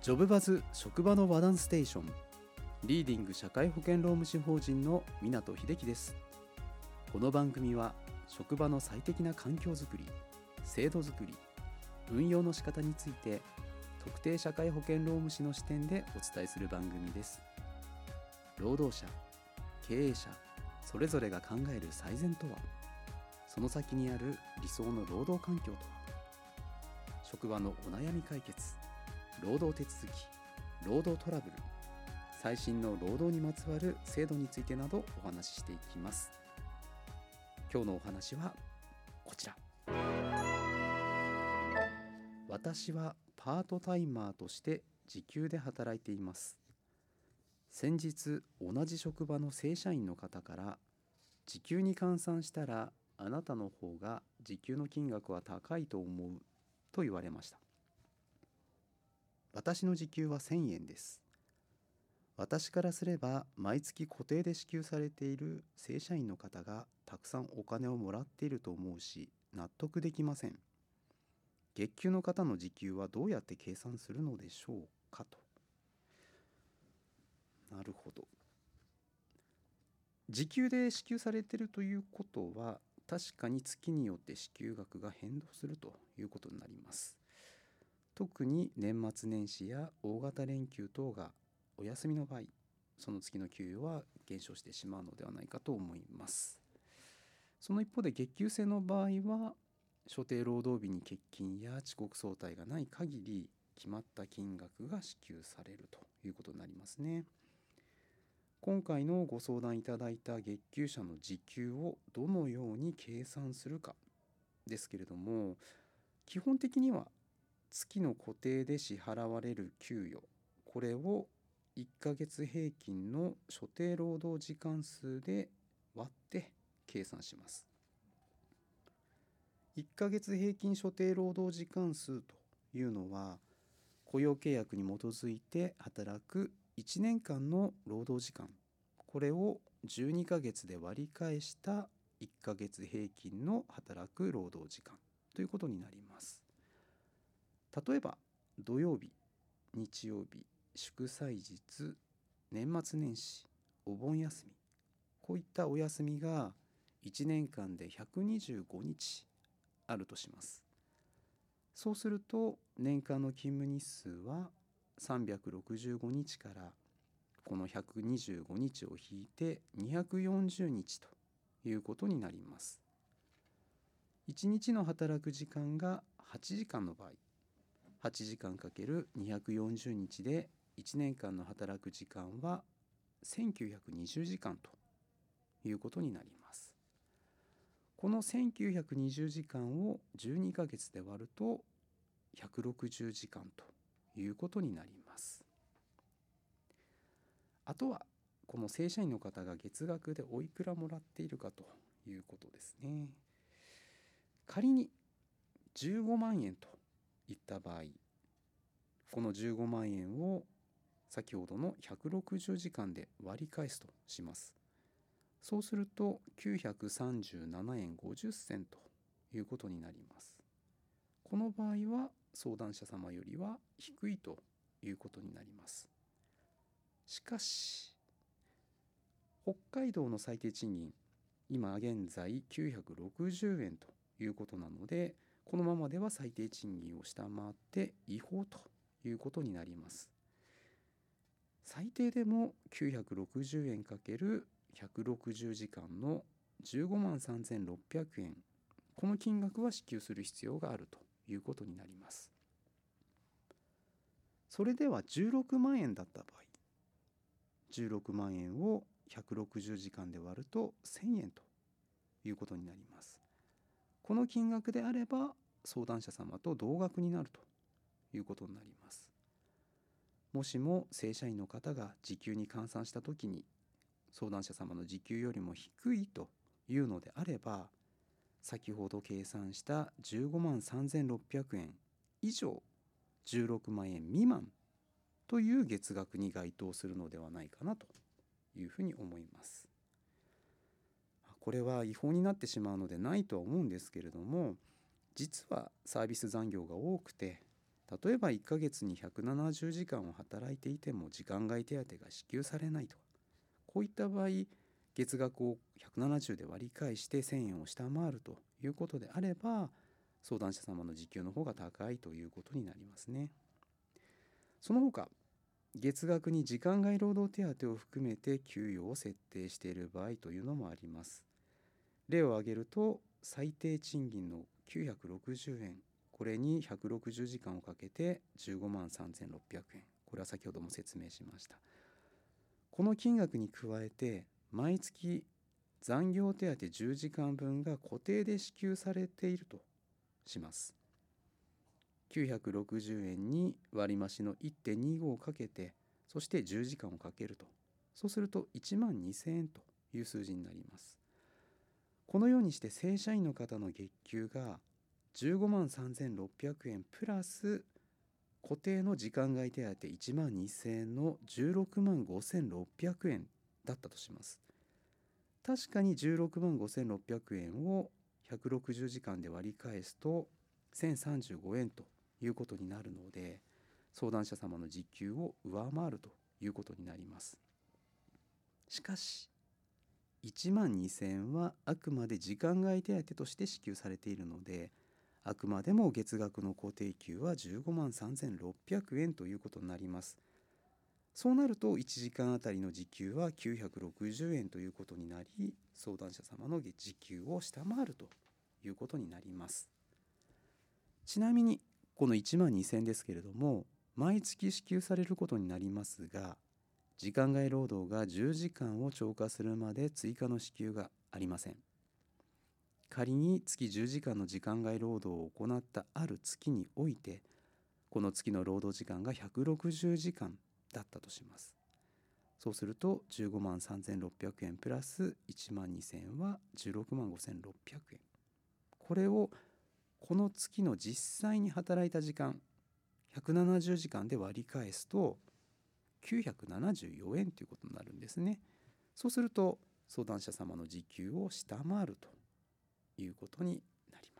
ジョブバズ職場の和談ステーション、リーディング社会保険労務士法人の湊秀樹です。この番組は職場の最適な環境づくり、制度づくり、運用の仕方について特定社会保険労務士の視点でお伝えする番組です。労働者、経営者、それぞれが考える最善とは、その先にある理想の労働環境とは、職場のお悩み解決、労働手続き、労働トラブル、最新の労働にまつわる制度についてなどお話ししていきます。今日のお話はこちら。私はパートタイマーとして時給で働いています。先日同じ職場の正社員の方から、時給に換算したらあなたの方が時給の金額は高いと思うと言われました。私の時給は1000円です。私からすれば毎月固定で支給されている正社員の方がたくさんお金をもらっていると思うし、納得できません。月給の方の時給はどうやって計算するのでしょうかと。なるほど。時給で支給されているということは、確かに月によって支給額が変動するということになります。特に年末年始や大型連休等がお休みの場合、その月の給与は減少してしまうのではないかと思います。その一方で月給制の場合は、所定労働日に欠勤や遅刻早退がない限り、決まった金額が支給されるということになりますね。今回のご相談いただいた月給者の時給をどのように計算するかですけれども、基本的には月の固定で支払われる給与、これを1ヶ月平均の所定労働時間数で割って計算します。1ヶ月平均所定労働時間数というのは、雇用契約に基づいて働く1年間の労働時間、これを12ヶ月で割り返した1ヶ月平均の働く労働時間ということになります。例えば土曜日、日曜日、祝祭日、年末年始、お盆休み、こういったお休みが1年間で125日あるとします。そうすると年間の勤務日数は365日からこの125日を引いて240日ということになります。1日の働く時間が8時間の場合、8時間 ×240 日で1年間の働く時間は1920時間ということになります。この1920時間を12ヶ月で割ると160時間ということになります。あとはこの正社員の方が月額でおいくらもらっているかということですね。仮に15万円といった場合、この15万円を先ほどの160時間で割り返すとします。そうすると937円50銭ということになります。この場合は相談者様よりは低いということになります。しかし北海道の最低賃金、今現在960円ということなので、このままでは最低賃金を下回って違法ということになります。最低でも960円 ×160 時間の15万3600円、この金額は支給する必要があるということになります。それでは16万円だった場合、16万円を160時間で割ると1000円ということになります。この金額であれば相談者様と同額になるということになります。もしも正社員の方が時給に換算したときに相談者様の時給よりも低いというのであれば、先ほど計算した15万3600円以上16万円未満という月額に該当するのではないかなというふうに思います。これは違法になってしまうのでないとは思うんですけれども、実はサービス残業が多くて例えば1ヶ月に170時間を働いていても時間外手当が支給されないとか、こういった場合、月額を170で割り返して1000円を下回るということであれば、相談者様の時給の方が高いということになりますね。その他、月額に時間外労働手当を含めて給与を設定している場合というのもあります。例を挙げると、最低賃金の960円、これに160時間をかけて15万3600円。これは先ほども説明しました。この金額に加えて、毎月残業手当10時間分が固定で支給されているとします。960円に割増の 1.25 をかけて、そして10時間をかけると、そうすると1万2000円という数字になります。このようにして正社員の方の月給が15万3600円プラス固定の時間外手当1万2000円の16万5600円だったとします。確かに16万5600円を160時間で割り返すと1035円ということになるので、相談者様の時給を上回るということになります。しかし、1万2000円はあくまで時間外手当として支給されているので、あくまでも月額の固定給は15万3600円ということになります。そうなると1時間あたりの時給は960円ということになり、相談者様の時給を下回るということになります。ちなみにこの1万2000円ですけれども、毎月支給されることになりますが、時間外労働が10時間を超過するまで追加の支給がありません。仮に月10時間の時間外労働を行ったある月において、この月の労働時間が160時間だったとします。そうすると15万3600円プラス1万2000円は16万5600円。これをこの月の実際に働いた時間170時間で割り返すと974円ということになるんですね。そうすると相談者様の時給を下回るということになります。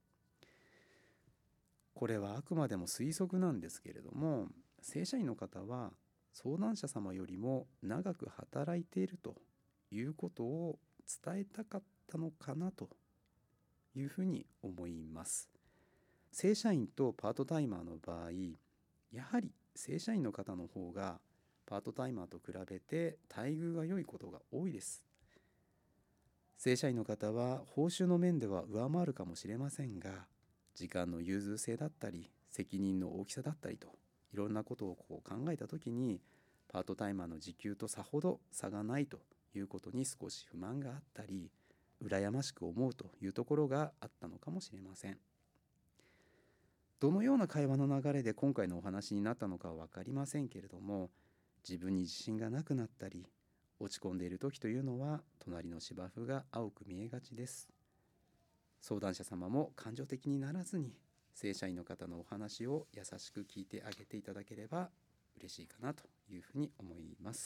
これはあくまでも推測なんですけれども、正社員の方は相談者様よりも長く働いているということを伝えたかったのかなというふうに思います。正社員とパートタイマーの場合、やはり正社員の方の方がパートタイマーと比べて待遇が良いことが多いです。正社員の方は報酬の面では上回るかもしれませんが、時間の融通性だったり責任の大きさだったりといろんなことを考えたときに、パートタイマーの時給とさほど差がないということに少し不満があったり、羨ましく思うというところがあったのかもしれません。どのような会話の流れで今回のお話になったのかは分かりませんけれども、自分に自信がなくなったり落ち込んでいる時というのは隣の芝生が青く見えがちです。相談者様も感情的にならずに正社員の方のお話を優しく聞いてあげていただければ嬉しいかなというふうに思います。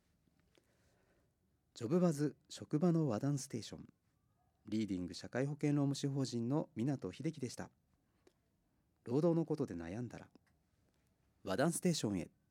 ジョブバズ職場の和談ステーション、リーディング社会保険労務士法人の湊秀樹でした。労働のことで悩んだら和談ステーションへ。